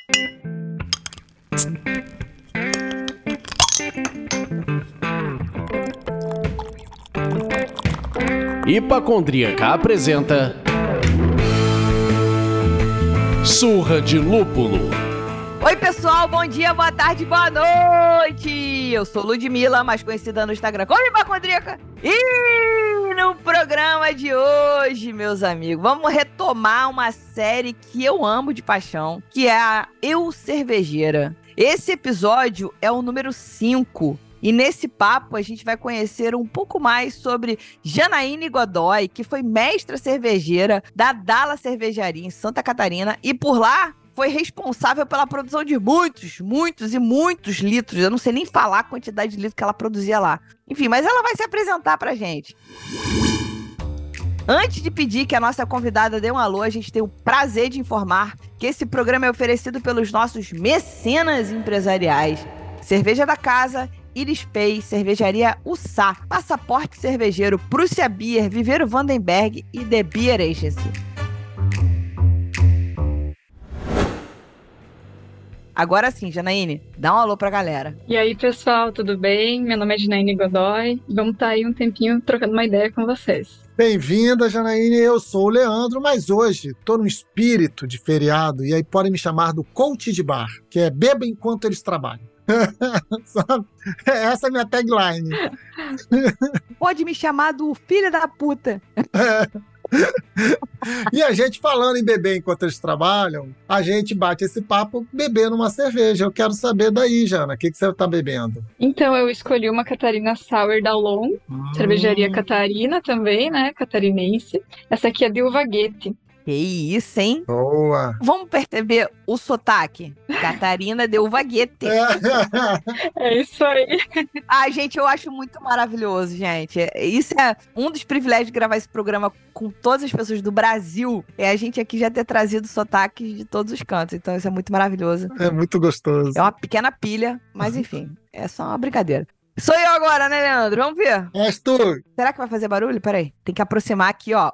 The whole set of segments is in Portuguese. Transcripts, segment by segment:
Hipacondríaca apresenta Surra de Lúpulo. Oi pessoal, bom dia, boa tarde, boa noite! Eu sou Ludmilla, mais conhecida no Instagram como Hipacondríaca. E no programa de hoje, meus amigos, vamos retomar uma série que eu amo de paixão, que é a Eu Cervejeira. Esse episódio é o número 5. E nesse papo a gente vai conhecer um pouco mais sobre Janaíne Godoy, que foi mestra cervejeira da Dallas Cervejaria em Santa Catarina e por lá foi responsável pela produção de muitos litros. Eu não sei nem falar a quantidade de litros que ela produzia lá. Enfim, mas ela vai se apresentar pra gente. Antes de pedir que a nossa convidada dê um alô, a gente tem o prazer de informar que esse programa é oferecido pelos nossos mecenas empresariais. Cerveja da Casa, Iris Pay, Cervejaria Ussá, Passaporte Cervejeiro, Prússia Beer, Viveiro Vandenberg e The Beer Agency. Agora sim, Janaíne, dá um alô pra galera. E aí, pessoal, tudo bem? Meu nome é Janaíne Godoy. Vamos estar aí um tempinho trocando uma ideia com vocês. Bem-vinda, Janaíne. Eu sou o Leandro, mas hoje tô no espírito de feriado e aí podem me chamar do coach de bar, que é beba enquanto eles trabalham. Essa é a minha tagline. Pode me chamar do filho da puta. E a gente falando em beber enquanto eles trabalham, a gente bate esse papo bebendo uma cerveja. Eu quero saber daí, Jana, o que você tá bebendo? Então, eu escolhi uma Catarina Sour da Long, Cervejaria Catarina também, né? Catarinense. Essa aqui é de uva Guete. Que isso, hein? Boa! Vamos perceber o sotaque. Catarina de uva Guete. É isso aí. Ai, gente, eu acho muito maravilhoso, gente. Isso é um dos privilégios de gravar esse programa com todas as pessoas do Brasil. É a gente aqui já ter trazido sotaques de todos os cantos. Então isso é muito maravilhoso. É muito gostoso. É uma pequena pilha, mas enfim, é só uma brincadeira. Sou eu agora, né, Leandro? Vamos ver. És tu. Será que vai fazer barulho? Peraí. Tem que aproximar aqui, ó.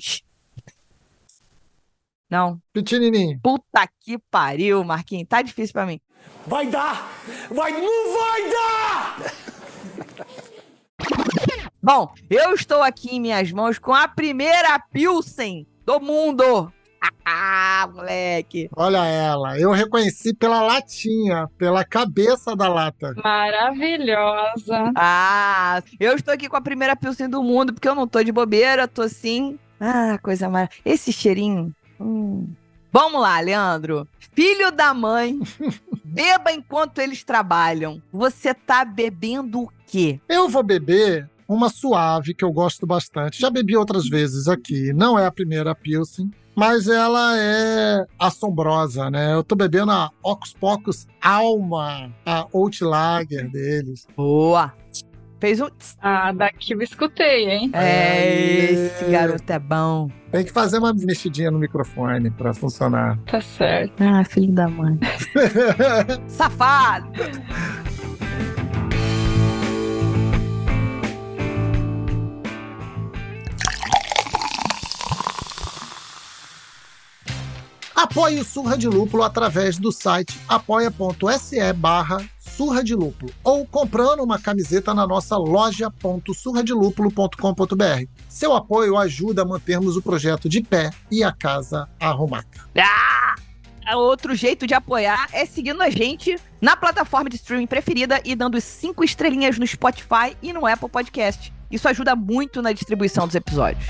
Não. Pitinininho. Puta que pariu, Marquinhos. Tá difícil pra mim. Vai dar! Não vai dar! Bom, eu estou aqui em minhas mãos com a primeira Pilsen do mundo. Ah, moleque. Olha ela. Eu reconheci pela latinha, pela cabeça da lata. Maravilhosa. Ah, eu estou aqui com a primeira Pilsen do mundo, porque eu não tô de bobeira, tô sim. Ah, coisa maravilhosa. Esse cheirinho. Vamos lá, Leandro. Filho da mãe, beba enquanto eles trabalham. Você tá bebendo o quê? Eu vou beber uma suave, que eu gosto bastante. Já bebi outras vezes aqui. Não é a primeira Pilsen, mas ela é assombrosa, né? Eu tô bebendo a Ocus Pocus Alma, a Oat Lager deles. Boa. Fez um... Ah, daqui eu escutei, hein? Esse garoto é bom. Tem que fazer uma mexidinha no microfone pra funcionar. Tá certo. Ah, filho da mãe. Safado. Apoie o Surra de Lúpulo através do site apoia.se/Surra de Lúpulo ou comprando uma camiseta na nossa loja.surradelúpulo.com.br. Seu apoio ajuda a mantermos o projeto de pé e a casa arrumada. Outro jeito de apoiar é seguindo a gente na plataforma de streaming preferida e dando 5 estrelinhas no Spotify e no Apple Podcast. Isso ajuda muito na distribuição dos episódios.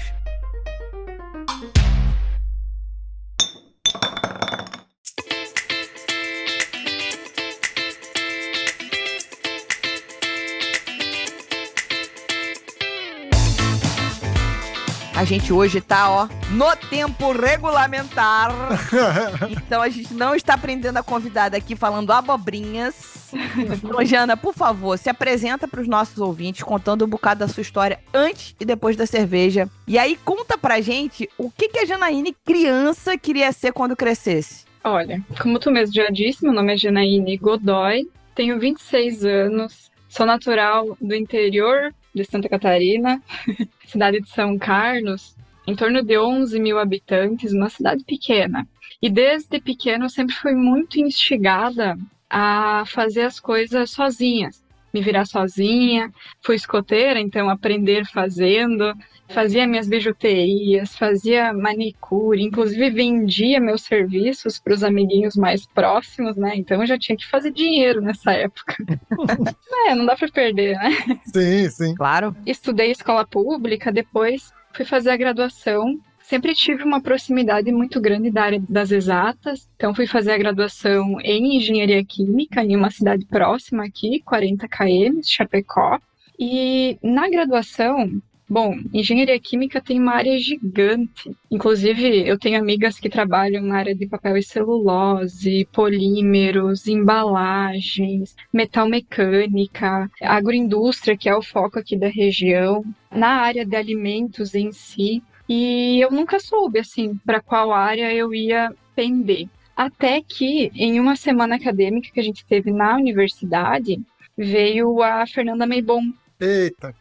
A gente hoje tá, ó, no tempo regulamentar. Então a gente não está prendendo a convidada aqui falando abobrinhas. Então, Jana, por favor, se apresenta para os nossos ouvintes, contando um bocado da sua história antes e depois da cerveja. E aí conta pra gente o que a Janaíne criança queria ser quando crescesse. Olha, como tu mesmo já disse, meu nome é Janaíne Godoy, tenho 26 anos, sou natural do interior de Santa Catarina, cidade de São Carlos, em torno de 11 mil habitantes, uma cidade pequena. E desde pequena eu sempre fui muito instigada a fazer as coisas sozinhas, me virar sozinha. Fui escoteira, então aprender fazendo, fazia minhas bijuterias, fazia manicure, inclusive vendia meus serviços para os amiguinhos mais próximos, né? Então eu já tinha que fazer dinheiro nessa época. Não dá para perder, né? Sim, sim. Claro. Estudei escola pública, depois fui fazer a graduação. Sempre tive uma proximidade muito grande da área das exatas, então fui fazer a graduação em engenharia química em uma cidade próxima aqui, 40 km, Chapecó. E na graduação, bom, engenharia química tem uma área gigante. Inclusive, eu tenho amigas que trabalham na área de papel e celulose, polímeros, embalagens, metal mecânica, agroindústria, que é o foco aqui da região, na área de alimentos em si. E eu nunca soube, assim, para qual área eu ia pender. Até que, em uma semana acadêmica que a gente teve na universidade, veio a Fernanda Meibom. Eita.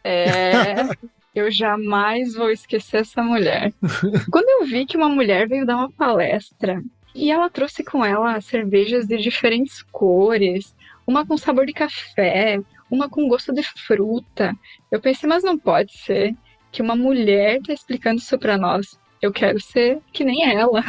Eu jamais vou esquecer essa mulher. Quando eu vi que uma mulher veio dar uma palestra e ela trouxe com ela cervejas de diferentes cores, uma com sabor de café, uma com gosto de fruta, eu pensei, mas não pode ser que uma mulher está explicando isso para nós. Eu quero ser que nem ela.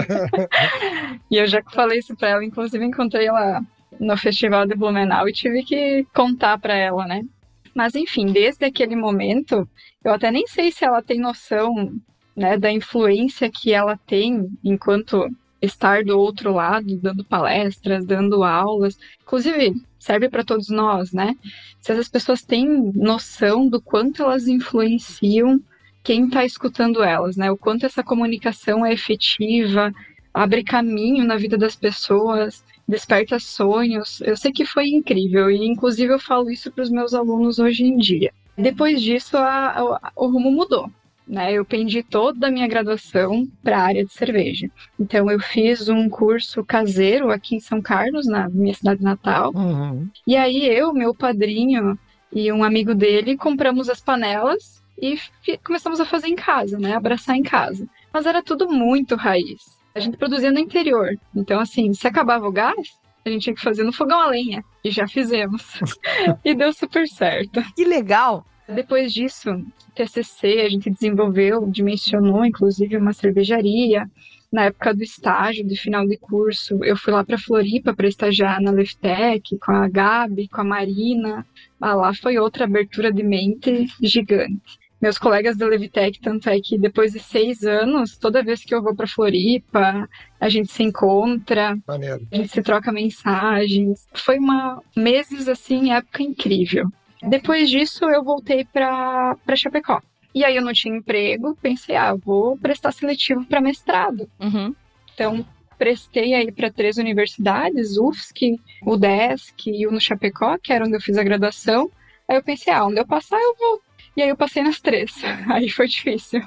E eu já falei isso para ela, inclusive encontrei ela no Festival de Blumenau e tive que contar para ela, né? Mas enfim, desde aquele momento, eu até nem sei se ela tem noção, né, da influência que ela tem enquanto estar do outro lado, dando palestras, dando aulas. Inclusive, serve para todos nós, né? Se essas pessoas têm noção do quanto elas influenciam quem está escutando elas, né? O quanto essa comunicação é efetiva, abre caminho na vida das pessoas, desperta sonhos. Eu sei que foi incrível e, inclusive, eu falo isso para os meus alunos hoje em dia. Depois disso, o rumo mudou, né? Eu pendi toda a minha graduação para a área de cerveja. Então, eu fiz um curso caseiro aqui em São Carlos, na minha cidade natal. Uhum. E aí, eu, meu padrinho e um amigo dele, compramos as panelas e começamos a fazer em casa, né? Abraçar em casa. Mas era tudo muito raiz. A gente produzia no interior. Então, assim, se acabava o gás, a gente tinha que fazer no fogão a lenha. E já fizemos. E deu super certo. Que legal! Depois disso, TCC, a gente desenvolveu, dimensionou, inclusive, uma cervejaria. Na época do estágio, de final de curso, eu fui lá para Floripa para estagiar na Leftec, com a Gabi, com a Marina. Lá foi outra abertura de mente gigante. Meus colegas da Levitec, tanto é que depois de 6 anos, toda vez que eu vou para Floripa, a gente se encontra, Maneiro. a gente se troca mensagens. Foi meses, assim, época incrível. Depois disso, eu voltei para Chapecó. E aí eu não tinha emprego, pensei, vou prestar seletivo para mestrado. Uhum. Então, prestei aí para 3 universidades, UFSC, UDESC e no Chapecó, que era onde eu fiz a graduação. Aí eu pensei, onde eu passar, eu vou. E aí eu passei nas 3. Aí foi difícil.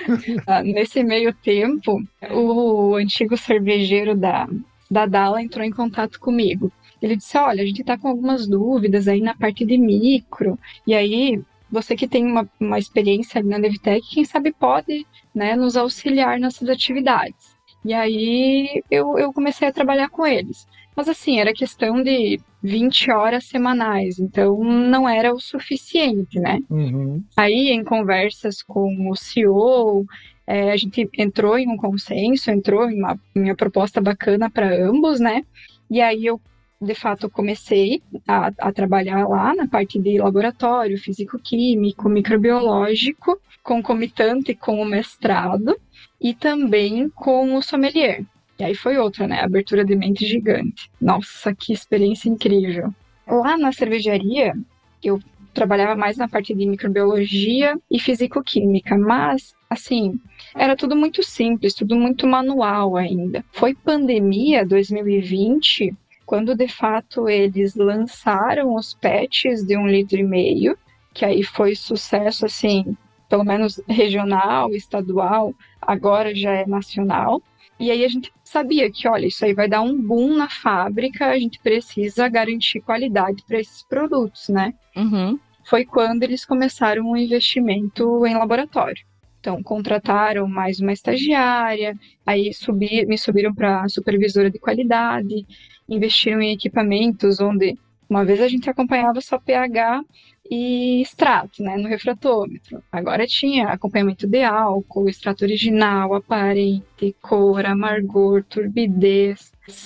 Nesse meio tempo, o antigo cervejeiro da Dala entrou em contato comigo. Ele disse, olha, a gente tá com algumas dúvidas aí na parte de micro. E aí, você que tem uma experiência ali na Levitec, quem sabe pode, né, nos auxiliar nessas atividades. E aí, eu comecei a trabalhar com eles. Mas assim, era questão de 20 horas semanais, então não era o suficiente, né? Uhum. Aí, em conversas com o CEO, a gente entrou em um consenso, entrou em uma proposta bacana para ambos, né? E aí eu, de fato, comecei a trabalhar lá na parte de laboratório, físico-químico, microbiológico, concomitante com o mestrado e também com o sommelier. E aí foi outra, né? Abertura de mente gigante. Nossa, que experiência incrível. Lá na cervejaria, eu trabalhava mais na parte de microbiologia e físico-química, mas, assim, era tudo muito simples, tudo muito manual ainda. Foi pandemia 2020, quando, de fato, eles lançaram os patches de 1,5 litro, que aí foi sucesso, assim, pelo menos regional, estadual, agora já é nacional. E aí a gente sabia que, olha, isso aí vai dar um boom na fábrica, a gente precisa garantir qualidade para esses produtos, né? Uhum. Foi quando eles começaram o investimento em laboratório. Então, contrataram mais uma estagiária, aí me subiram para supervisora de qualidade, investiram em equipamentos onde uma vez a gente acompanhava só pH e extrato, né, no refratômetro. Agora tinha acompanhamento de álcool, extrato original, aparente, cor, amargor, turbidez,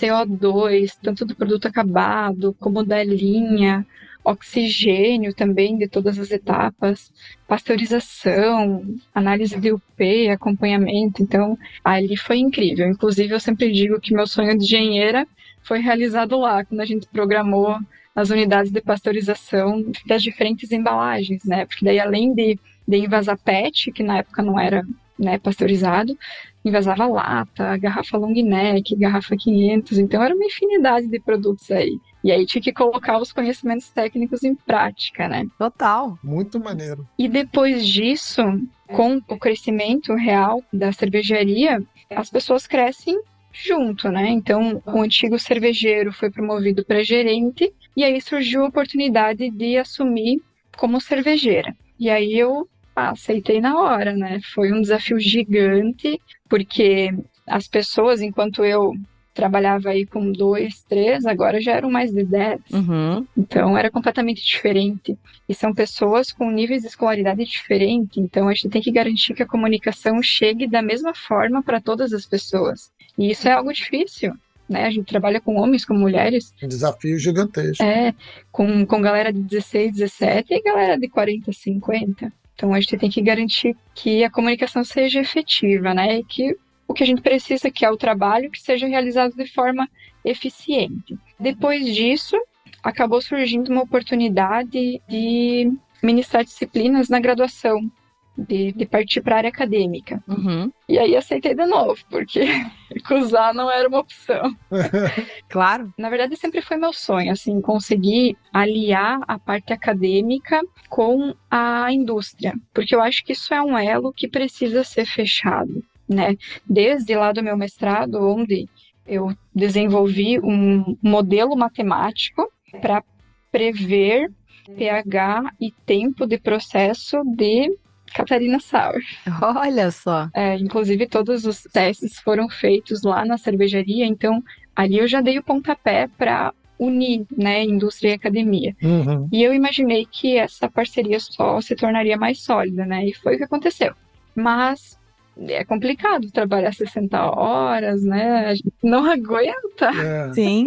CO2, tanto do produto acabado como da linha, oxigênio também de todas as etapas, pasteurização, análise de UP, acompanhamento. Então, ali foi incrível. Inclusive, eu sempre digo que meu sonho de engenheira foi realizado lá, quando a gente programou as unidades de pasteurização das diferentes embalagens, né? Porque daí, além de envasar PET, que na época não era, né, pasteurizado, envasava lata, garrafa long neck, garrafa 500, então era uma infinidade de produtos aí. E aí tinha que colocar os conhecimentos técnicos em prática, né? Total. Muito maneiro. E depois disso, com o crescimento real da cervejaria, as pessoas crescem junto, né? Então, o antigo cervejeiro foi promovido para gerente e aí surgiu a oportunidade de assumir como cervejeira. E aí eu aceitei na hora, né? Foi um desafio gigante, porque as pessoas, enquanto eu trabalhava aí com 2, 3, agora já eram mais de 10. Uhum. Então, era completamente diferente. E são pessoas com níveis de escolaridade diferentes, então a gente tem que garantir que a comunicação chegue da mesma forma para todas as pessoas. E isso é algo difícil, né? A gente trabalha com homens, com mulheres. Um desafio gigantesco. Com galera de 16, 17 e galera de 40, 50. Então, a gente tem que garantir que a comunicação seja efetiva, né? E que o que a gente precisa, que é o trabalho, que seja realizado de forma eficiente. Depois disso, acabou surgindo uma oportunidade de ministrar disciplinas na graduação, de partir para a área acadêmica. Uhum. E aí aceitei de novo, porque recusar não era uma opção. Claro. Na verdade, sempre foi meu sonho, assim, conseguir aliar a parte acadêmica com a indústria, porque eu acho que isso é um elo que precisa ser fechado, né? Desde lá do meu mestrado, onde eu desenvolvi um modelo matemático para prever pH e tempo de processo de Catarina Sour. Olha só. Inclusive, todos os testes foram feitos lá na cervejaria, então ali eu já dei o pontapé para unir, né, indústria e academia. Uhum. E eu imaginei que essa parceria só se tornaria mais sólida, né, e foi o que aconteceu. Mas é complicado trabalhar 60 horas, né, a gente não aguenta. Sim.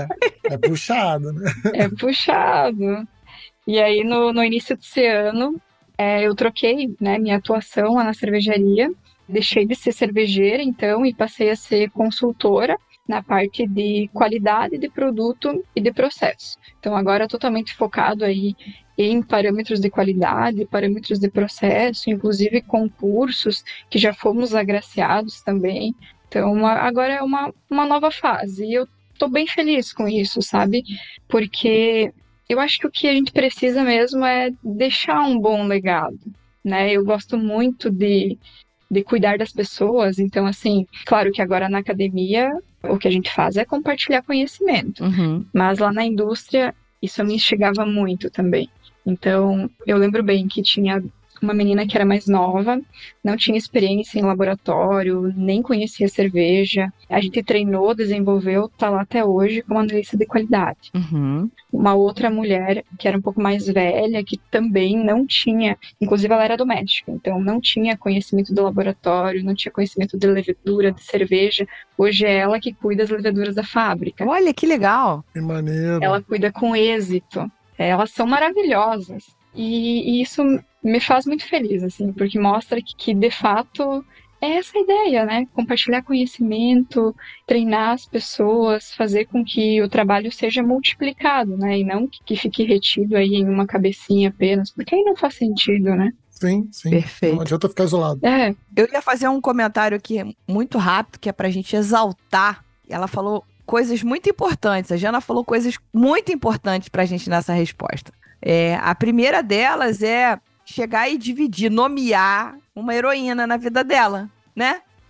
É puxado, né? É puxado. E aí, no início desse ano, eu troquei, né, minha atuação lá na cervejaria, deixei de ser cervejeira, então, e passei a ser consultora na parte de qualidade de produto e de processo. Então, agora totalmente focado aí em parâmetros de qualidade, parâmetros de processo, inclusive concursos que já fomos agraciados também. Então, agora é uma nova fase e eu estou bem feliz com isso, sabe? Porque eu acho que o que a gente precisa mesmo é deixar um bom legado, né? Eu gosto muito de cuidar das pessoas, então, assim, claro que agora na academia o que a gente faz é compartilhar conhecimento, mas lá na indústria isso me instigava muito também. Então, eu lembro bem que tinha uma menina que era mais nova, não tinha experiência em laboratório, nem conhecia cerveja. A gente treinou, desenvolveu, tá lá até hoje como analista de qualidade. Uma outra mulher que era um pouco mais velha, que também não tinha, inclusive ela era doméstica, então não tinha conhecimento do laboratório, não tinha conhecimento de levedura, de cerveja. Hoje é ela que cuida das leveduras da fábrica. Olha, que legal. Que maneiro. Ela cuida com êxito. Elas são maravilhosas. E isso me faz muito feliz, assim, porque mostra que de fato é essa a ideia, né? Compartilhar conhecimento, treinar as pessoas, fazer com que o trabalho seja multiplicado, né? E não que fique retido aí em uma cabecinha apenas, porque aí não faz sentido, né? Sim. Perfeito. Não adianta ficar isolado. Eu ia fazer um comentário aqui muito rápido, que é pra gente exaltar. Ela falou coisas muito importantes, a Jana falou coisas muito importantes pra gente nessa resposta. A primeira delas é chegar e dividir, nomear uma heroína na vida dela, né?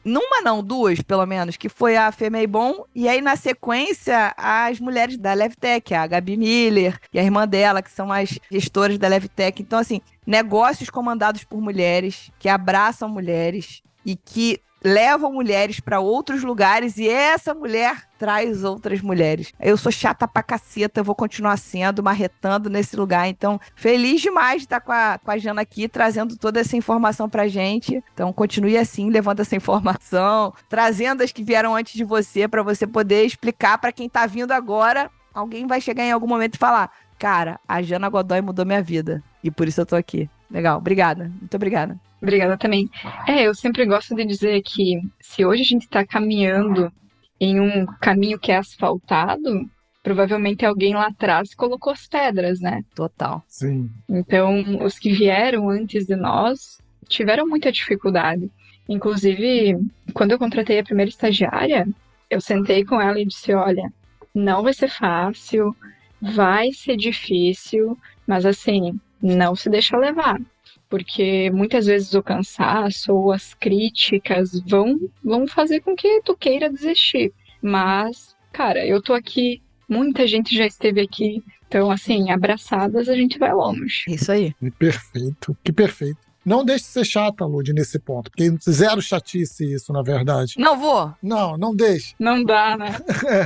numa não, duas pelo menos, que foi a Femeibon, e aí na sequência as mulheres da Levtech, a Gabi Miller e a irmã dela, que são as gestoras da Levtech. Então, assim, negócios comandados por mulheres, que abraçam mulheres e que levam mulheres para outros lugares, e essa mulher traz outras mulheres. Eu sou chata pra caceta, eu vou continuar sendo, marretando nesse lugar. Então, feliz demais de estar com a Jana aqui, trazendo toda essa informação pra gente. Então, continue assim, levando essa informação, trazendo as que vieram antes de você, pra você poder explicar pra quem tá vindo agora. Alguém vai chegar em algum momento e falar: cara, a Jana Godoy mudou minha vida, e por isso eu tô aqui. Legal, obrigada. Muito obrigada. Obrigada também. Eu sempre gosto de dizer que se hoje a gente está caminhando em um caminho que é asfaltado, provavelmente alguém lá atrás colocou as pedras, né? Total. Sim. Então, os que vieram antes de nós tiveram muita dificuldade. Inclusive, quando eu contratei a primeira estagiária, eu sentei com ela e disse: olha, não vai ser fácil, vai ser difícil, mas assim, não se deixa levar. Porque muitas vezes o cansaço ou as críticas vão fazer com que tu queira desistir. Mas, cara, eu tô aqui, muita gente já esteve aqui. Então, assim, abraçadas a gente vai longe. Isso aí. Que perfeito, que perfeito. Não deixe de ser chata, Lud, nesse ponto. Porque zero chatice isso, na verdade. Não vou. Não deixe. Não dá, né?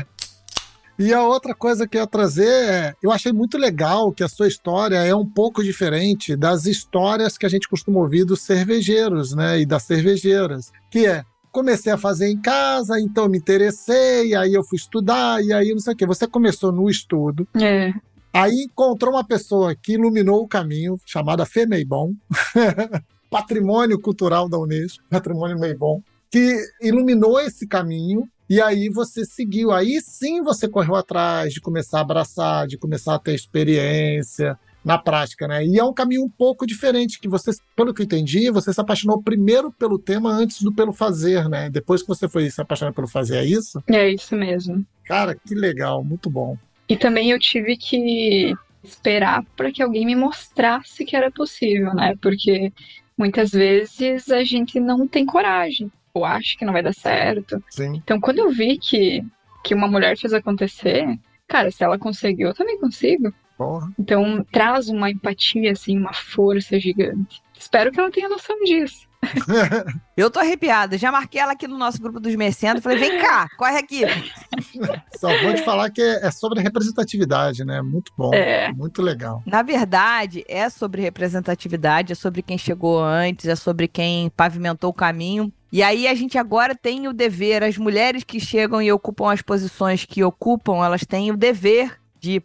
E a outra coisa que eu ia trazer é, eu achei muito legal que a sua história é um pouco diferente das histórias que a gente costuma ouvir dos cervejeiros, né, e das cervejeiras, que é: comecei a fazer em casa, então eu me interessei, aí eu fui estudar, e aí não sei o quê. Você começou no estudo, aí encontrou uma pessoa que iluminou o caminho, chamada Femeibon, patrimônio cultural da Unesco, patrimônio Meibon, que iluminou esse caminho. E aí você seguiu, aí sim você correu atrás de começar a abraçar, de começar a ter experiência na prática, né? E é um caminho um pouco diferente, que você, pelo que eu entendi, você se apaixonou primeiro pelo tema antes do pelo fazer, né? Depois que você foi se apaixonar pelo fazer, é isso? É isso mesmo. Cara, que legal, muito bom. E também eu tive que esperar para que alguém me mostrasse que era possível, né? Porque muitas vezes a gente não tem coragem. Eu acho que não vai dar certo. Sim. Então, quando eu vi que uma mulher fez acontecer, cara, se ela conseguiu, eu também consigo. Porra. Então, traz uma empatia, assim, uma força gigante. Espero que ela tenha noção disso. Eu tô arrepiada. Já marquei ela aqui no nosso grupo dos mecenas. Falei: vem cá, corre aqui. Só vou te falar que é sobre representatividade, né? Muito bom, muito legal. Na verdade, é sobre representatividade, é sobre quem chegou antes, é sobre quem pavimentou o caminho. E aí a gente agora tem o dever, as mulheres que chegam e ocupam as posições que ocupam, elas têm o dever de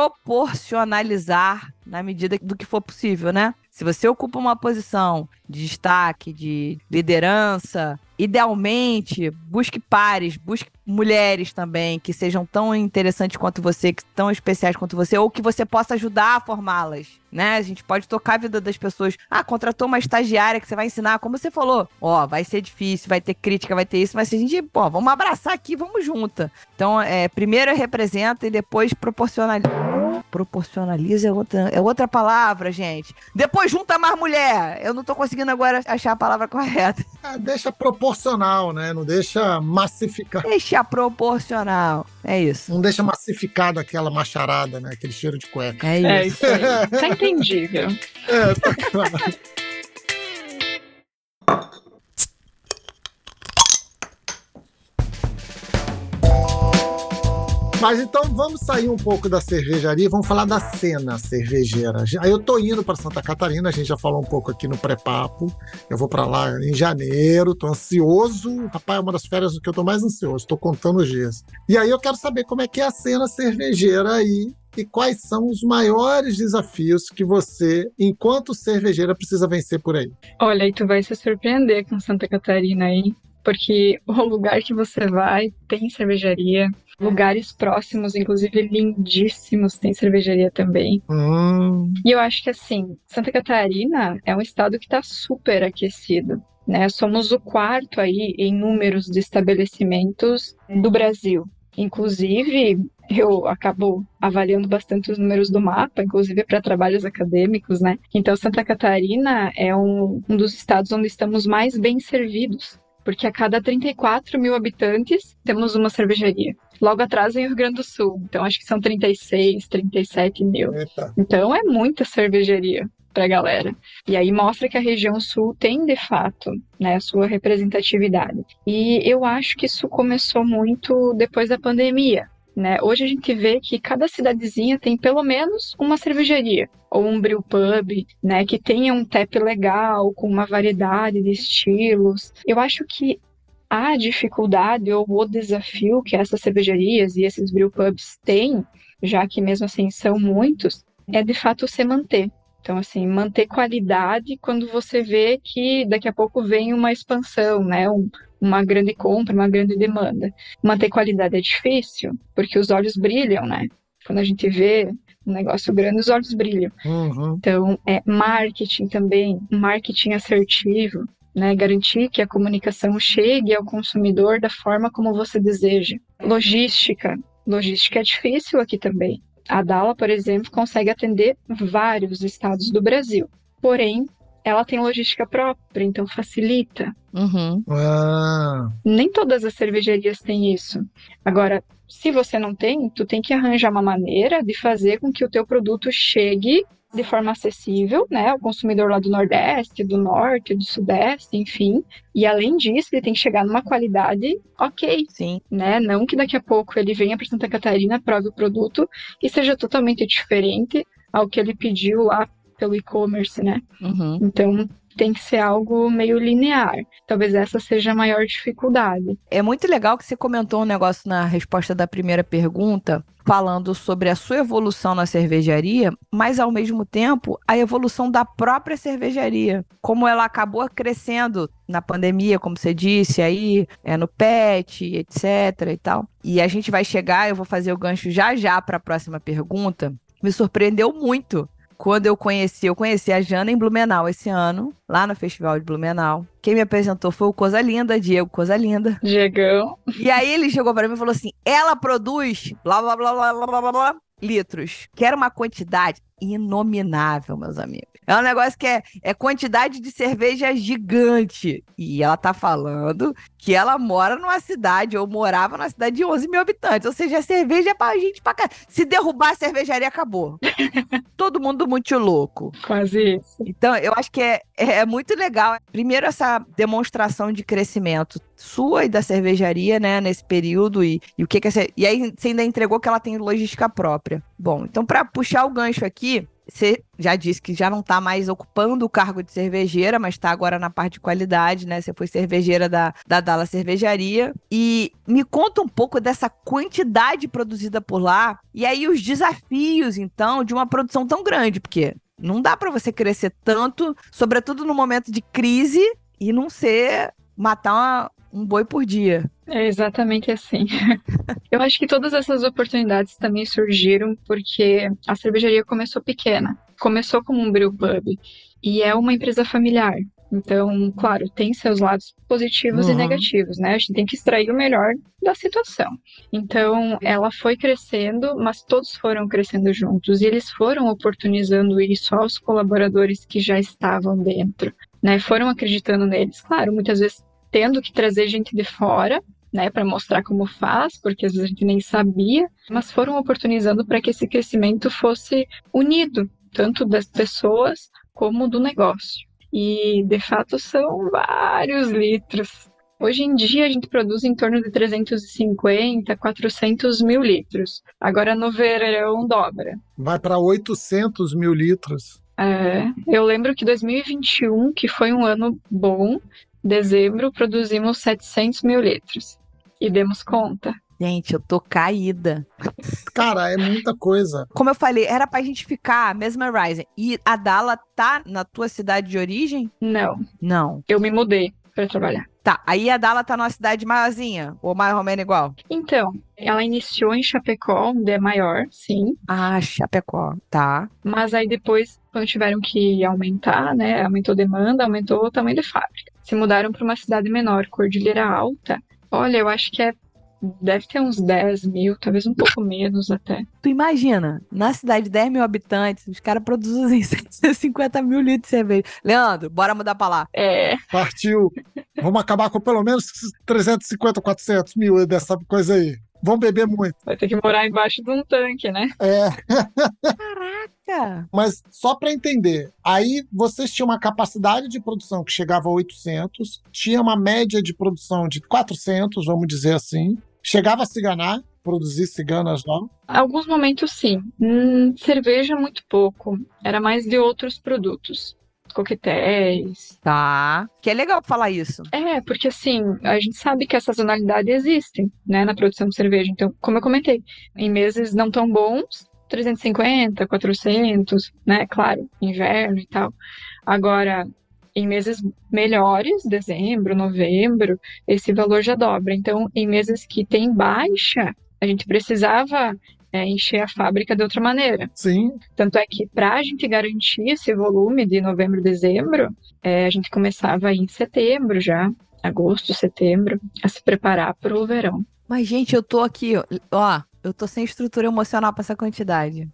proporcionalizar na medida do que for possível, né? Se você ocupa uma posição de destaque, de liderança, idealmente, busque pares, busque mulheres também que sejam tão interessantes quanto você, que tão especiais quanto você, ou que você possa ajudar a formá-las, né? A gente pode tocar a vida das pessoas. Ah, contratou uma estagiária que você vai ensinar, como você falou. Ó, vai ser difícil, vai ter crítica, vai ter isso, mas se a gente, pô, vamos abraçar aqui, vamos junto. Então, primeiro representa e depois proporcionaliza. Proporcionaliza é outra palavra, gente. Depois junta mais mulher. Eu não tô conseguindo agora achar a palavra correta. Deixa proporcional, né? Não deixa massificar. Deixa proporcional. É isso. Não deixa massificado aquela macharada, né? Aquele cheiro de cueca. É isso. É isso aí. Tá entendível. Tá claro. Mas então vamos sair um pouco da cervejaria e vamos falar da cena cervejeira. Aí eu tô indo para Santa Catarina, a gente já falou um pouco aqui no pré-papo. Eu vou para lá em janeiro, tô ansioso. Rapaz, é uma das férias que eu tô mais ansioso, tô contando os dias. E aí eu quero saber como é que é a cena cervejeira aí e quais são os maiores desafios que você, enquanto cervejeira, precisa vencer por aí. Olha, e tu vai se surpreender com Santa Catarina aí, porque o lugar que você vai tem cervejaria. Lugares próximos, inclusive lindíssimos, tem cervejaria também. E eu acho que, assim, Santa Catarina é um estado que está super aquecido, né? Somos o quarto aí em números de estabelecimentos do Brasil. Inclusive, eu acabo avaliando bastante os números do mapa, inclusive para trabalhos acadêmicos, né? Então, Santa Catarina é um dos estados onde estamos mais bem servidos, porque a cada 34 mil habitantes temos uma cervejaria. Logo atrás vem o Rio Grande do Sul, então acho que são 36, 37 mil. Eita. Então é muita cervejaria pra galera. E aí mostra que a região sul tem, de fato, né, sua representatividade. E eu acho que isso começou muito depois da pandemia. Né? Hoje a gente vê que cada cidadezinha tem pelo menos uma cervejaria ou um brew pub, né, que tenha um tap legal, com uma variedade de estilos. Eu acho que a dificuldade ou o desafio que essas cervejarias e esses brew pubs têm, já que mesmo assim são muitos, é de fato se manter. Então, assim, manter qualidade quando você vê que daqui a pouco vem uma expansão, né? Uma grande compra, uma grande demanda. Manter qualidade é difícil, porque os olhos brilham, né? Quando a gente vê um negócio grande, os olhos brilham. Uhum. Então, marketing também, marketing assertivo, né? Garantir que a comunicação chegue ao consumidor da forma como você deseja. Logística é difícil aqui também. A Dala, por exemplo, consegue atender vários estados do Brasil. Porém, ela tem logística própria, então facilita. Uhum. Nem todas as cervejarias têm isso. Agora, se você não tem, tu tem que arranjar uma maneira de fazer com que o teu produto chegue de forma acessível, né, ao consumidor lá do Nordeste, do Norte, do Sudeste, enfim. E além disso, ele tem que chegar numa qualidade ok. Sim. Né? Não que daqui a pouco ele venha para Santa Catarina, prove o produto e seja totalmente diferente ao que ele pediu lá pelo e-commerce, né? Uhum. Então, tem que ser algo meio linear. Talvez essa seja a maior dificuldade. É muito legal que você comentou um negócio na resposta da primeira pergunta, falando sobre a sua evolução na cervejaria, mas ao mesmo tempo a evolução da própria cervejaria. Como ela acabou crescendo na pandemia, como você disse, aí no pet, etc e tal. E a gente vai chegar, eu vou fazer o gancho já para a próxima pergunta. Me surpreendeu muito. Quando eu conheci a Jana em Blumenau esse ano, lá no Festival de Blumenau. Quem me apresentou foi o Coisa Linda, Diego Coisa Linda. Diegão. E aí ele chegou para mim e falou assim, ela produz blá, blá, blá, blá, blá, blá, blá, litros. Que era uma quantidade inominável, meus amigos. É um negócio que é quantidade de cerveja gigante. E ela tá falando que ela mora numa cidade, ou morava numa cidade de 11 mil habitantes. Ou seja, a cerveja é pra gente pra cá. Se derrubar a cervejaria, acabou. Todo mundo muito louco. Quase isso. Então, eu acho que é muito legal. Primeiro, essa demonstração de crescimento sua e da cervejaria, né, nesse período. E o que e aí, você ainda entregou que ela tem logística própria. Bom, então, para puxar o gancho aqui, você já disse que já não está mais ocupando o cargo de cervejeira, mas está agora na parte de qualidade, né? Você foi cervejeira da Dala Cervejaria. E me conta um pouco dessa quantidade produzida por lá. E aí os desafios, então, de uma produção tão grande. Porque não dá para você crescer tanto, sobretudo no momento de crise, e não matar um boi por dia. É exatamente assim. Eu acho que todas essas oportunidades também surgiram porque a cervejaria começou pequena. Começou como um brew pub. E é uma empresa familiar. Então, claro, tem seus lados positivos e negativos, né? A gente tem que extrair o melhor da situação. Então, ela foi crescendo, mas todos foram crescendo juntos. E eles foram oportunizando isso aos colaboradores que já estavam dentro, né? Foram acreditando neles. Claro, muitas vezes tendo que trazer gente de fora, né, para mostrar como faz, porque às vezes a gente nem sabia, mas foram oportunizando para que esse crescimento fosse unido, tanto das pessoas como do negócio. E, de fato, são vários litros. Hoje em dia, a gente produz em torno de 350, 400 mil litros. Agora, no verão, dobra. Vai para 800 mil litros. Eu lembro que 2021, que foi um ano bom, dezembro, produzimos 700 mil litros. E demos conta. Gente, eu tô caída. Cara, é muita coisa. Como eu falei, era pra gente ficar mesmerizing. E a Dala tá na tua cidade de origem? Não. Não. Eu me mudei pra trabalhar. Tá, aí a Dala tá numa cidade maiorzinha? Ou mais ou menos igual? Então, ela iniciou em Chapecó, onde é maior, sim. Ah, Chapecó, tá. Mas aí depois, quando tiveram que aumentar, né, aumentou a demanda, aumentou o tamanho da fábrica. Se mudaram para uma cidade menor, Cordilheira Alta. Olha, eu acho que é deve ter uns 10 mil, talvez um pouco menos até. Tu imagina, na cidade de 10 mil habitantes, os caras produzem 750 mil litros de cerveja. Leandro, bora mudar pra lá. Partiu. Vamos acabar com pelo menos 350, 400 mil dessa coisa aí. Vão beber muito. Vai ter que morar embaixo de um tanque, né? Caraca! Mas só para entender, aí vocês tinham uma capacidade de produção que chegava a 800, tinha uma média de produção de 400, vamos dizer assim. Chegava a ciganar, produzir ciganas lá? Alguns momentos sim. Cerveja muito pouco. Era mais de outros produtos. Coquetéis. Tá. Que é legal falar isso. Porque assim, a gente sabe que a sazonalidade existe, né, na produção de cerveja. Então, como eu comentei, em meses não tão bons, 350, 400, né, claro, inverno e tal. Agora, em meses melhores, dezembro, novembro, esse valor já dobra. Então, em meses que tem baixa, a gente precisava encher a fábrica de outra maneira. Sim. Tanto é que, para a gente garantir esse volume de novembro, dezembro, a gente começava em setembro já, agosto, setembro, a se preparar para o verão. Mas, gente, eu tô aqui, ó, eu tô sem estrutura emocional pra essa quantidade.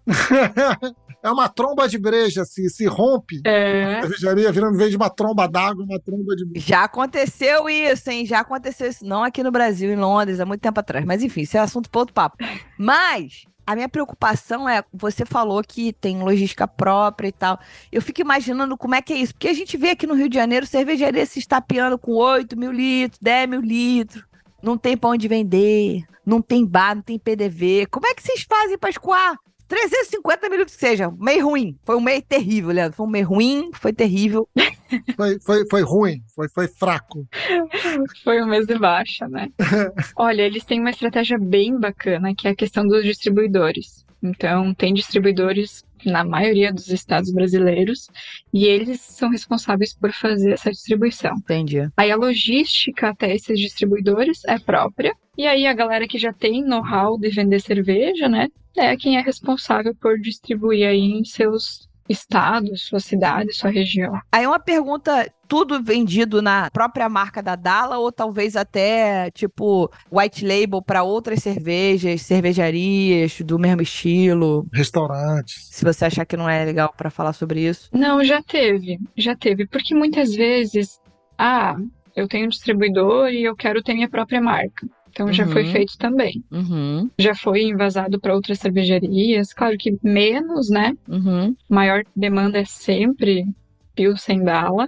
É uma tromba de breja, assim, se rompe. A cervejaria virando, em vez de uma tromba d'água, uma tromba de breja. Já aconteceu isso, hein? Já aconteceu isso. Não aqui no Brasil, em Londres, há muito tempo atrás. Mas, enfim, isso é assunto para outro papo. Mas a minha preocupação é, você falou que tem logística própria e tal. Eu fico imaginando como é que é isso. Porque a gente vê aqui no Rio de Janeiro cervejaria se estapeando com 8 mil litros, 10 mil litros. Não tem pra onde vender, não tem bar, não tem PDV. Como é que vocês fazem pra escoar 350 mil litros que seja? Meio ruim. Foi um mês terrível, Leandro. Foi um mês ruim, foi terrível. Foi ruim, foi fraco. Foi um mês de baixa, né? Olha, eles têm uma estratégia bem bacana, que é a questão dos distribuidores. Então, tem distribuidores na maioria dos estados brasileiros e eles são responsáveis por fazer essa distribuição. Entendi. Aí a logística até esses distribuidores é própria. E aí a galera que já tem know-how de vender cerveja, né, é quem é responsável por distribuir aí em seus estados, sua cidade, sua região. Aí uma pergunta, tudo vendido na própria marca da Dala ou talvez até, tipo, white label para outras cervejas, cervejarias do mesmo estilo? Restaurantes. Se você achar que não é legal para falar sobre isso. Não, já teve, porque muitas vezes, eu tenho um distribuidor e eu quero ter minha própria marca. Então já foi feito também. Já foi envasado para outras cervejarias. Claro que menos, né? Maior demanda é sempre Pilsen Dala.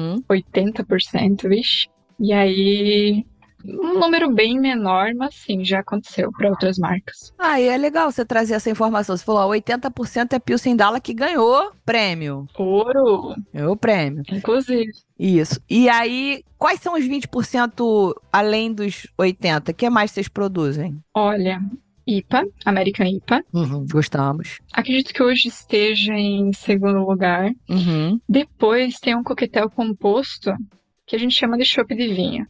80%, vixe. E aí, um número bem menor, mas sim, já aconteceu para outras marcas. E é legal você trazer essa informação. Você falou, 80% é Pilsen Dala que ganhou prêmio. Ouro! Ganhou prêmio. Inclusive. Isso. E aí, quais são os 20% além dos 80%? O que mais vocês produzem? Olha, IPA, American IPA. Gostamos. Acredito que hoje esteja em segundo lugar. Depois tem um coquetel composto que a gente chama de chopp de vinho.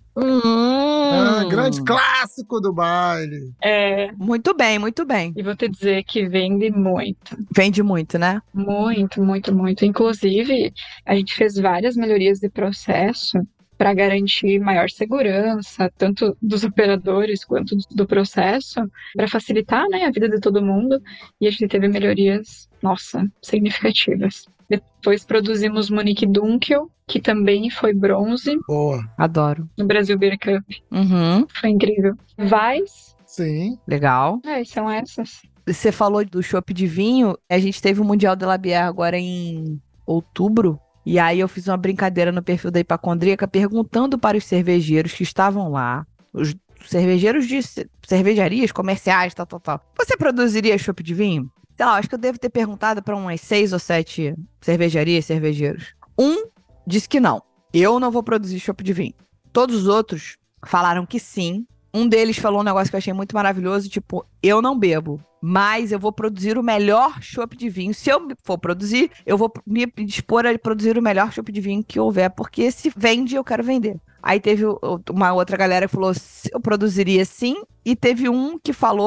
Grande clássico do baile. Muito bem, muito bem. E vou te dizer que vende muito. Vende muito, né? Muito, muito, muito. Inclusive, a gente fez várias melhorias de processo para garantir maior segurança, tanto dos operadores quanto do processo, para facilitar, né, a vida de todo mundo. E a gente teve melhorias, significativas. Depois produzimos Monique Dunkel, que também foi bronze. Boa. Adoro. No Brasil Beer Cup. Foi incrível. Weiss. Sim. Legal. São essas. Você falou do chopp de vinho. A gente teve o Mundial de la Bière agora em outubro. E aí eu fiz uma brincadeira no perfil da Hipacondríaca perguntando para os cervejeiros que estavam lá, os cervejeiros de cervejarias comerciais, tal. Você produziria chopp de vinho? Sei lá, acho que eu devo ter perguntado para umas 6 ou 7 cervejarias, cervejeiros. Um disse que não. Eu não vou produzir chopp de vinho. Todos os outros falaram que sim. Um deles falou um negócio que eu achei muito maravilhoso, tipo, eu não bebo, mas eu vou produzir o melhor chopp de vinho. Se eu for produzir, eu vou me dispor a produzir o melhor chopp de vinho que houver, porque se vende, eu quero vender. Aí teve uma outra galera que falou, eu produziria sim, e teve um que falou,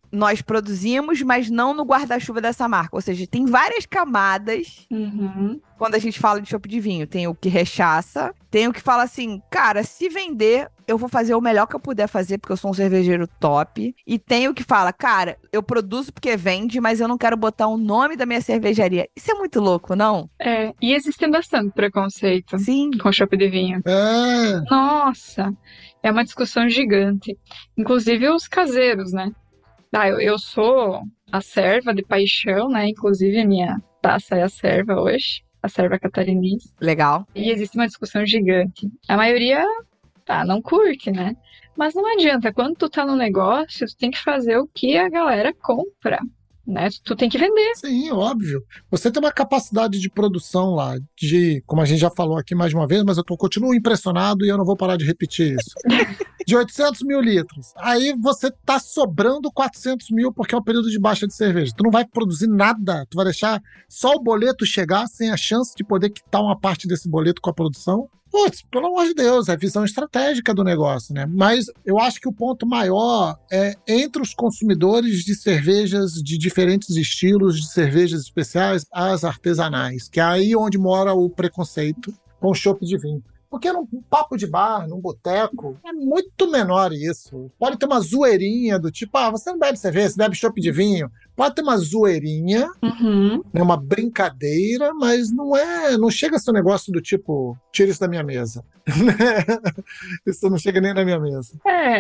nós produzimos, mas não no guarda-chuva dessa marca. Ou seja, tem várias camadas quando a gente fala de chopp de vinho. Tem o que rechaça, tem o que fala assim, cara, se vender, eu vou fazer o melhor que eu puder fazer, porque eu sou um cervejeiro top. E tem o que fala, cara, eu produzo porque vende, mas eu não quero botar o nome da minha cervejaria. Isso é muito louco, não? E existem bastante preconceito Sim. com chopp de vinho. Nossa, é uma discussão gigante. Inclusive os caseiros, né? Eu sou a serva de paixão, né? Inclusive minha taça é a serva hoje, a serva catarinense. Legal. E existe uma discussão gigante. A maioria, não curte, né? Mas não adianta, quando tu tá no negócio, tu tem que fazer o que a galera compra, né? Tu tem que vender. Sim, óbvio. Você tem uma capacidade de produção lá, como a gente já falou aqui mais uma vez, mas eu continuo impressionado e eu não vou parar de repetir isso. De 800 mil litros. Aí você tá sobrando 400 mil porque é um período de baixa de cerveja. Tu não vai produzir nada. Tu vai deixar só o boleto chegar sem a chance de poder quitar uma parte desse boleto com a produção? Putz, pelo amor de Deus, é a visão estratégica do negócio, né? Mas eu acho que o ponto maior é entre os consumidores de cervejas de diferentes estilos, de cervejas especiais, as artesanais, que é aí onde mora o preconceito com o chopp de vinho. Porque num papo de bar, num boteco, é muito menor isso. Pode ter uma zoeirinha do tipo, você não bebe cerveja, você bebe chopp de vinho. Pode ter uma zoeirinha, né, uma brincadeira, mas não chega a ser um negócio do tipo, tira isso da minha mesa. Isso não chega nem na minha mesa.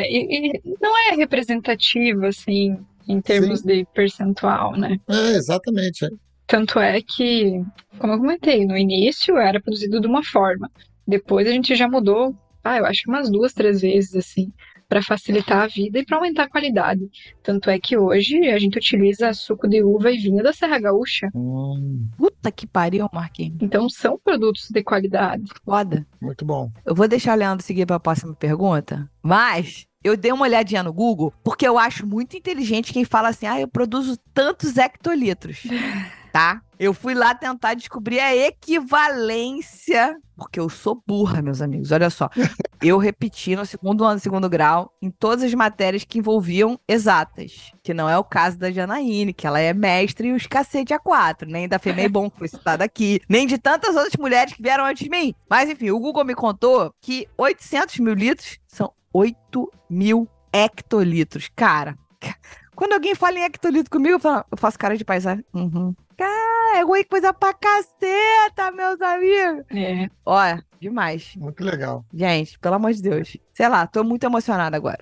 E não é representativo, assim, em termos de percentual, né? Exatamente. Tanto é que, como eu comentei, no início era produzido de uma forma. Depois a gente já mudou, eu acho que umas 2, 3 vezes, assim, para facilitar a vida e para aumentar a qualidade. Tanto é que hoje a gente utiliza suco de uva e vinho da Serra Gaúcha. Puta que pariu, Marquinhos. Então são produtos de qualidade. Foda. Muito bom. Eu vou deixar o Leandro seguir para a próxima pergunta, mas eu dei uma olhadinha no Google, porque eu acho muito inteligente quem fala assim, eu produzo tantos hectolitros. Tá? Eu fui lá tentar descobrir a equivalência, porque eu sou burra, meus amigos. Olha só, eu repeti no segundo ano, segundo grau, em todas as matérias que envolviam exatas, que não é o caso da Janaíne, que ela é mestre e os cacete A4, nem da Femeibon, que foi citada aqui, nem de tantas outras mulheres que vieram antes de mim. Mas enfim, o Google me contou que 800 mil litros são 8 mil hectolitros. Cara, quando alguém fala em hectolitro comigo, eu faço cara de paisagem. Cara, é ruim coisa pra caceta, meus amigos. Olha, demais. Muito legal. Gente, pelo amor de Deus. Sei lá, tô muito emocionada agora.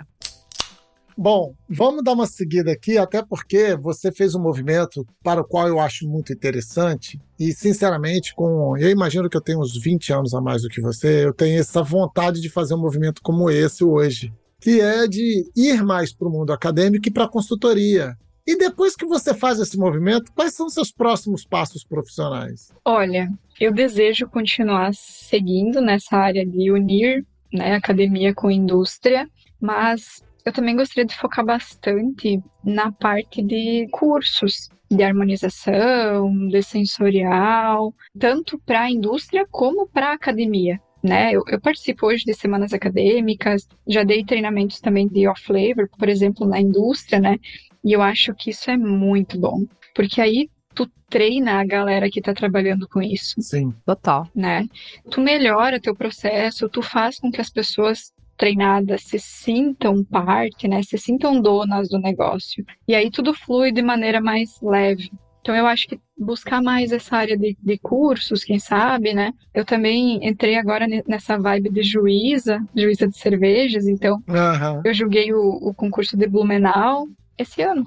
Bom, vamos dar uma seguida aqui, até porque você fez um movimento para o qual eu acho muito interessante e, sinceramente, eu imagino que eu tenho uns 20 anos a mais do que você, eu tenho essa vontade de fazer um movimento como esse hoje, que é de ir mais para o mundo acadêmico e para a consultoria. E depois que você faz esse movimento, quais são os seus próximos passos profissionais? Olha, eu desejo continuar seguindo nessa área de unir, né, academia com indústria, mas eu também gostaria de focar bastante na parte de cursos de harmonização, de sensorial, tanto para a indústria como para a academia. Né? Eu participo hoje de semanas acadêmicas, já dei treinamentos também de off-flavor, por exemplo, na indústria, né? E eu acho que isso é muito bom, porque aí tu treina a galera que tá trabalhando com isso. Sim. Total. Né? Tu melhora teu processo, tu faz com que as pessoas treinadas se sintam parte, né? Se sintam donas do negócio. E aí tudo flui de maneira mais leve. Então eu acho que buscar mais essa área de cursos, quem sabe, né? Eu também entrei agora nessa vibe de juíza de cervejas, então eu julguei o concurso de Blumenau esse ano,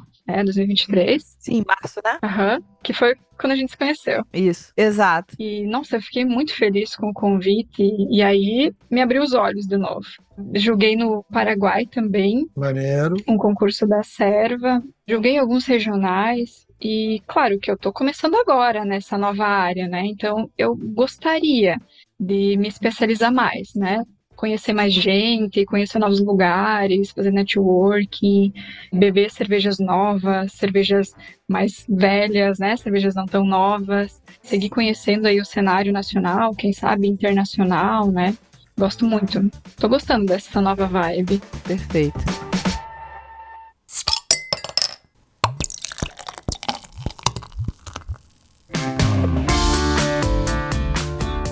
2023. Sim, em março, né? Que foi quando a gente se conheceu. Isso, exato. E, nossa, eu fiquei muito feliz com o convite e aí me abriu os olhos de novo. Julguei no Paraguai também. Maneiro. Um concurso da Serva. Julguei alguns regionais. E, claro, que eu tô começando agora nessa nova área, né? Então, eu gostaria de me especializar mais, né? Conhecer mais gente, conhecer novos lugares, fazer networking, beber cervejas novas, cervejas mais velhas, né? Cervejas não tão novas. Seguir conhecendo aí o cenário nacional, quem sabe internacional, né? Gosto muito. Tô gostando dessa nova vibe. Perfeito.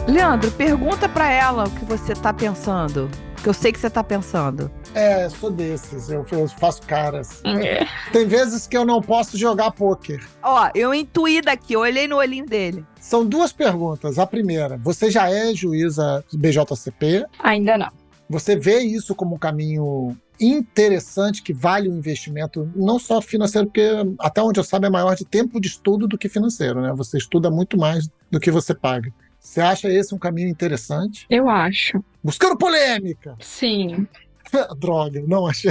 Leandro, pergunta pra ela o que você tá pensando. Que eu sei que você tá pensando. Sou desses, eu faço caras. É. Tem vezes que eu não posso jogar pôquer. Ó, eu intuí daqui, eu olhei no olhinho dele. São duas perguntas. A primeira, você já é juíza BJCP? Ainda não. Você vê isso como um caminho interessante, que vale o investimento, não só financeiro, porque até onde eu saiba é maior de tempo de estudo do que financeiro, né? Você estuda muito mais do que você paga. Você acha esse um caminho interessante? Eu acho. Buscando polêmica! Sim. Droga, não achei.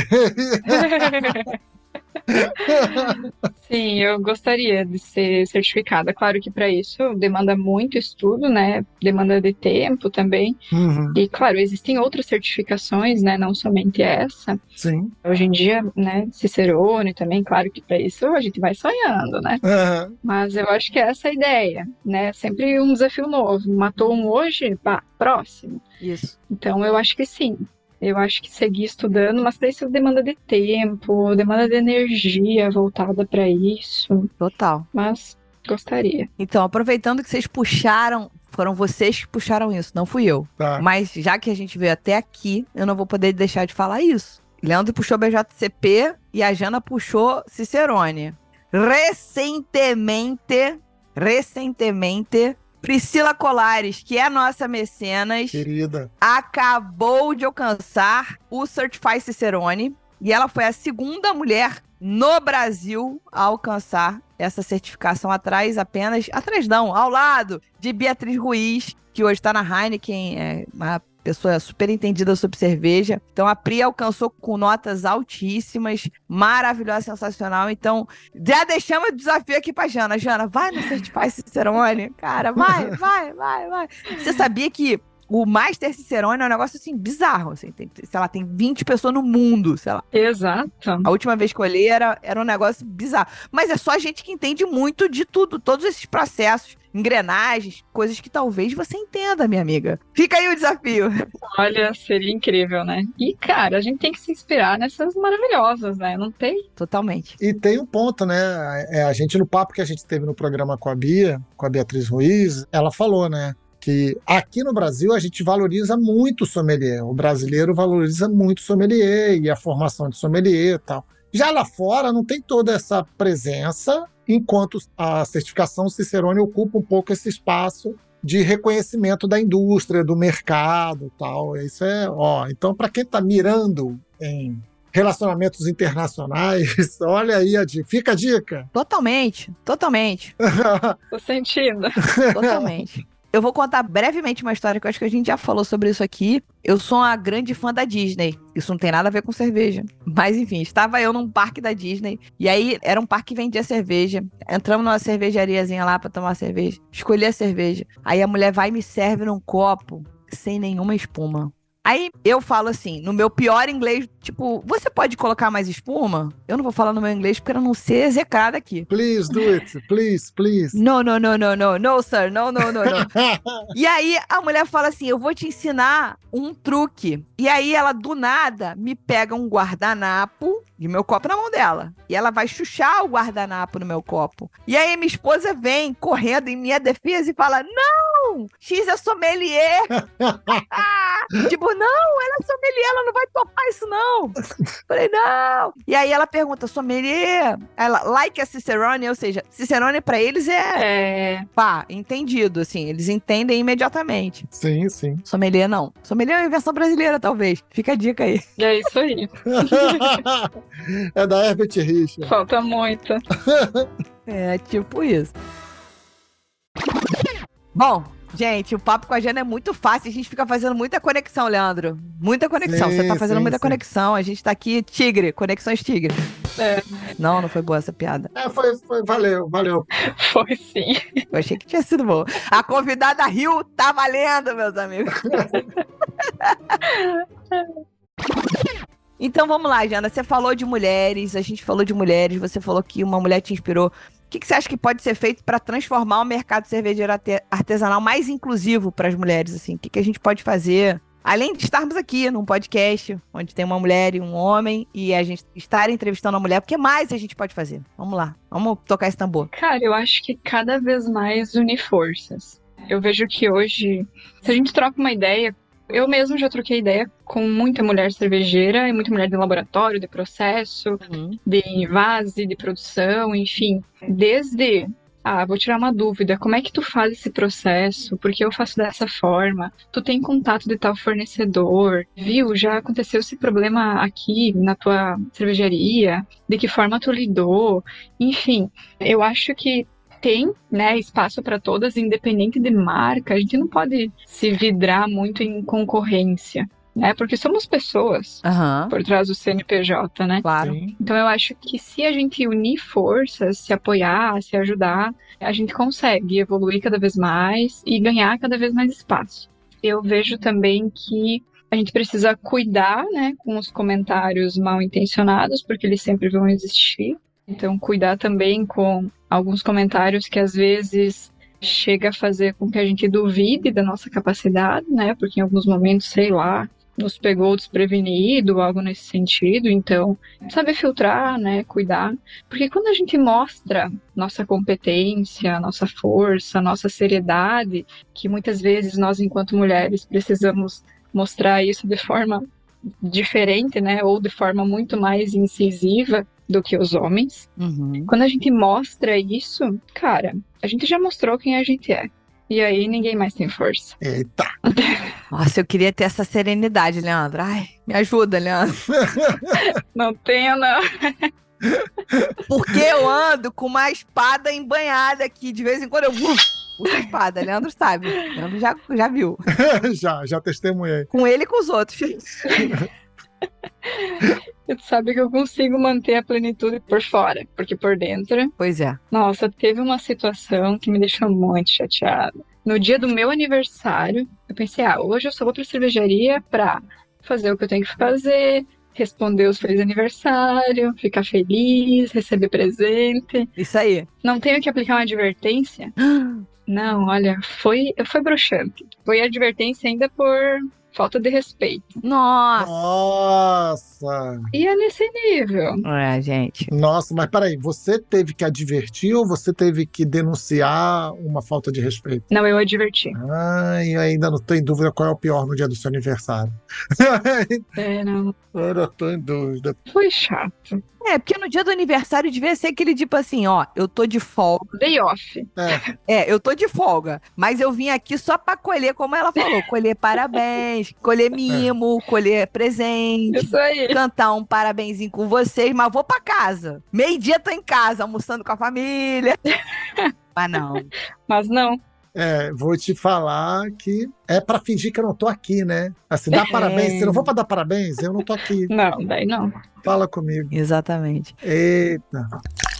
Sim, eu gostaria de ser certificada. Claro que para isso demanda muito estudo, né? Demanda de tempo também. Uhum, E, claro, existem outras certificações, né? Não somente essa. sim. Hoje em dia, né? Cicerone também, claro que para isso a gente vai sonhando, né? Uhum. Mas eu acho que é essa a ideia, né? Sempre um desafio novo. Matou um hoje, pá, próximo. Isso. Então eu acho que sim. Eu acho que seguir estudando, mas para isso demanda de tempo, demanda de energia voltada para isso. Total. Mas gostaria. Então, aproveitando que vocês puxaram, foram vocês que puxaram isso, não fui eu. Tá. Mas já que a gente veio até aqui, eu não vou poder deixar de falar isso. Leandro puxou BJCP e a Jana puxou Cicerone. Recentemente, Priscila Colares, que é a nossa mecenas, Querida. acabou de alcançar o Certified Cicerone e ela foi a segunda mulher no Brasil a alcançar essa certificação ao lado de Beatriz Ruiz, que hoje está na Heineken, é uma pessoa super entendida sobre cerveja. Então a Pri alcançou com notas altíssimas, maravilhosa, sensacional. Então já deixamos o desafio aqui pra Jana. Jana, vai no Certified Cicerone, cara, vai. Você sabia que o Master Cicerone é um negócio, assim, bizarro, assim, sei lá, tem 20 pessoas no mundo, sei lá. Exato. A última vez que eu olhei era um negócio bizarro. Mas é só gente que entende muito de tudo, todos esses processos, engrenagens, coisas que talvez você entenda, minha amiga. Fica aí o desafio. Olha, seria incrível, né? E, cara, a gente tem que se inspirar nessas maravilhosas, né? Não tem? Totalmente. E tem um ponto, né? A gente, no papo que a gente teve no programa com a Bia, com a Beatriz Ruiz, ela falou, né? Que aqui no Brasil a gente valoriza muito o sommelier. O brasileiro valoriza muito o sommelier e a formação de sommelier e tal. Já lá fora não tem toda essa presença, enquanto a certificação Cicerone ocupa um pouco esse espaço de reconhecimento da indústria, do mercado e tal. Isso então, para quem está mirando em relacionamentos internacionais, olha aí a dica. Fica a dica. Totalmente. Tô sentindo. Totalmente. Eu vou contar brevemente uma história que eu acho que a gente já falou sobre isso aqui. Eu sou uma grande fã da Disney. Isso não tem nada a ver com cerveja. Mas, enfim, estava eu num parque da Disney. E aí, era um parque que vendia cerveja. Entramos numa cervejariazinha lá pra tomar cerveja. Escolhi a cerveja. Aí a mulher vai e me serve num copo sem nenhuma espuma. Aí eu falo assim, no meu pior inglês, tipo, você pode colocar mais espuma? Eu não vou falar no meu inglês porque eu não sei execrada aqui. Please do it, please. No, sir, no. E aí a mulher fala assim, eu vou te ensinar um truque. E aí ela, do nada, me pega um guardanapo e meu copo na mão dela. E ela vai chuchar o guardanapo no meu copo. E aí minha esposa vem correndo em minha defesa e fala, não, X é sommelier. Tipo, não, ela é sommelier, ela não vai topar isso não. Falei, não. E aí ela pergunta, sommelier? Ela, like a Cicerone, ou seja, Cicerone pra eles pá, entendido, assim, eles entendem imediatamente. Sim. Sommelier não. Sommelier é uma invenção brasileira, talvez. Fica a dica aí. É isso aí. É da Herbert Richards. Falta muito. É, tipo isso. Bom, gente, o papo com a Jana é muito fácil. A gente fica fazendo muita conexão, Leandro. Muita conexão. Você tá fazendo muita conexão. A gente tá aqui, tigre. Conexões tigre. É. Não foi boa essa piada. Foi, valeu. Foi sim. Eu achei que tinha sido boa. A convidada riu, tá valendo, meus amigos. Então vamos lá, Jana. Você falou de mulheres, a gente falou de mulheres, você falou que uma mulher te inspirou. O que você acha que pode ser feito para transformar o mercado cervejeiro artesanal mais inclusivo para as mulheres? Assim? O que a gente pode fazer? Além de estarmos aqui num podcast, onde tem uma mulher e um homem, e a gente estar entrevistando uma mulher, o que mais a gente pode fazer? Vamos lá, vamos tocar esse tambor. Cara, eu acho que cada vez mais unir forças. Eu vejo que hoje, se a gente troca uma ideia, eu mesmo já troquei ideia com muita mulher cervejeira e muita mulher de laboratório, de processo, de envase, de produção, enfim. Desde, vou tirar uma dúvida, como é que tu faz esse processo? Por que eu faço dessa forma? Tu tem contato de tal fornecedor? Viu? Já aconteceu esse problema aqui na tua cervejaria? De que forma tu lidou? Enfim, eu acho que tem, né, espaço para todas, independente de marca. A gente não pode se vidrar muito em concorrência, né? Porque somos pessoas por trás do CNPJ, né? Claro. Sim. Então eu acho que se a gente unir forças, se apoiar, se ajudar, a gente consegue evoluir cada vez mais e ganhar cada vez mais espaço. Eu vejo também que a gente precisa cuidar, né, com os comentários mal intencionados, porque eles sempre vão existir. Então, cuidar também com alguns comentários que às vezes chega a fazer com que a gente duvide da nossa capacidade, né? Porque em alguns momentos, sei lá, nos pegou desprevenido, algo nesse sentido. Então, saber filtrar, né? Cuidar. Porque quando a gente mostra nossa competência, nossa força, nossa seriedade, que muitas vezes nós, enquanto mulheres, precisamos mostrar isso de forma diferente, né? Ou de forma muito mais incisiva do que os homens. Quando a gente mostra isso, cara, a gente já mostrou quem a gente é. E aí ninguém mais tem força. Eita! Nossa, eu queria ter essa serenidade, Leandro. Ai, me ajuda, Leandro. Não tenho, não. Porque eu ando com uma espada embanhada aqui. De vez em quando eu uso a espada. Leandro sabe. Leandro já viu. já testemunhei. Com ele e com os outros. Tu sabe que eu consigo manter a plenitude por fora, porque por dentro... Pois é. Nossa, teve uma situação que me deixou muito chateada. No dia do meu aniversário, eu pensei, hoje eu só vou pra cervejaria pra fazer o que eu tenho que fazer, responder os feliz aniversário, ficar feliz, receber presente. Isso aí. Não tenho que aplicar uma advertência? Não, olha, foi broxante. Foi advertência ainda por falta de respeito. Nossa. Nossa! E é nesse nível. É, gente. Nossa, mas peraí, você teve que advertir ou você teve que denunciar uma falta de respeito? Não, eu adverti. Eu ainda não tô em dúvida qual é o pior no dia do seu aniversário. Não. Eu não tô em dúvida. Foi chato. É, porque no dia do aniversário devia ser aquele tipo assim, eu tô de folga. Day off. Eu tô de folga, mas eu vim aqui só pra colher, como ela falou, colher parabéns, colher mimo, colher presente, Isso aí. cantar um parabenzinho com vocês, mas vou pra casa. Meio-dia tô em casa, almoçando com a família. Mas não. Mas não. Vou te falar que é pra fingir que eu não tô aqui, né? Assim, dá parabéns. Se não for pra dar parabéns, eu não tô aqui. Não, daí não. Fala comigo. Exatamente. Eita.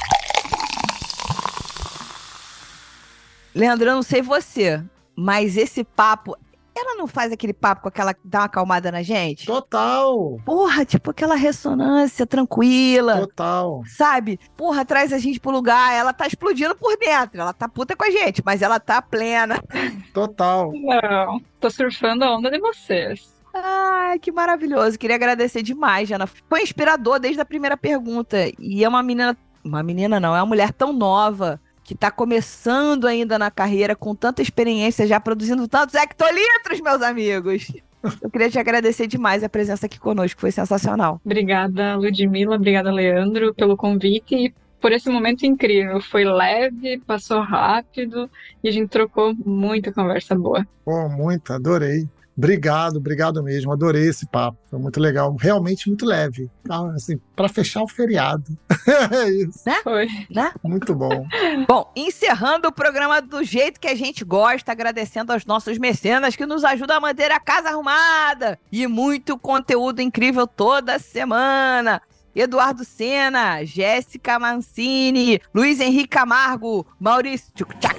Leandro, eu não sei você, mas esse papo... Ela não faz aquele papo com aquela... Dá uma acalmada na gente? Total. Porra, tipo aquela ressonância tranquila. Total. Sabe? Porra, traz a gente pro lugar. Ela tá explodindo por dentro. Ela tá puta com a gente, mas ela tá plena. Total. Não. Tô surfando a onda de vocês. Ai, que maravilhoso. Queria agradecer demais, Jana. Foi inspirador desde a primeira pergunta. E é uma menina... Uma menina não, é uma mulher tão nova... que tá começando ainda na carreira, com tanta experiência, já produzindo tantos hectolitros, meus amigos. Eu queria te agradecer demais a presença aqui conosco, foi sensacional. Obrigada, Ludmila, obrigada, Leandro, pelo convite e por esse momento incrível. Foi leve, passou rápido e a gente trocou muita conversa boa. Pô, muito, adorei. Obrigado mesmo, adorei esse papo, foi muito legal, realmente muito leve, assim, para fechar o feriado. É isso. Né? Foi. Né? Muito bom. Bom, encerrando o programa do jeito que a gente gosta, agradecendo aos nossos mecenas que nos ajudam a manter a casa arrumada e muito conteúdo incrível toda semana. Eduardo Sena, Jéssica Mancini, Luiz Henrique Camargo, Maurício...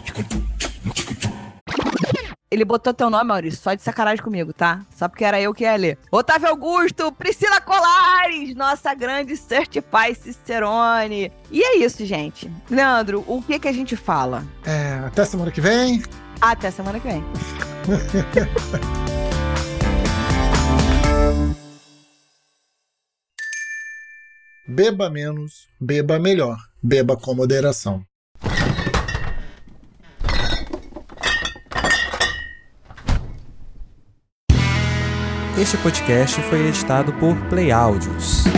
Ele botou teu nome, Maurício, só de sacanagem comigo, tá? Só porque era eu que ia ler. Otávio Augusto, Priscila Colares, nossa grande Certified Cicerone. E é isso, gente. Leandro, o que a gente fala? Até semana que vem. Até semana que vem. Beba menos, beba melhor. Beba com moderação. Este podcast foi editado por Play Áudios.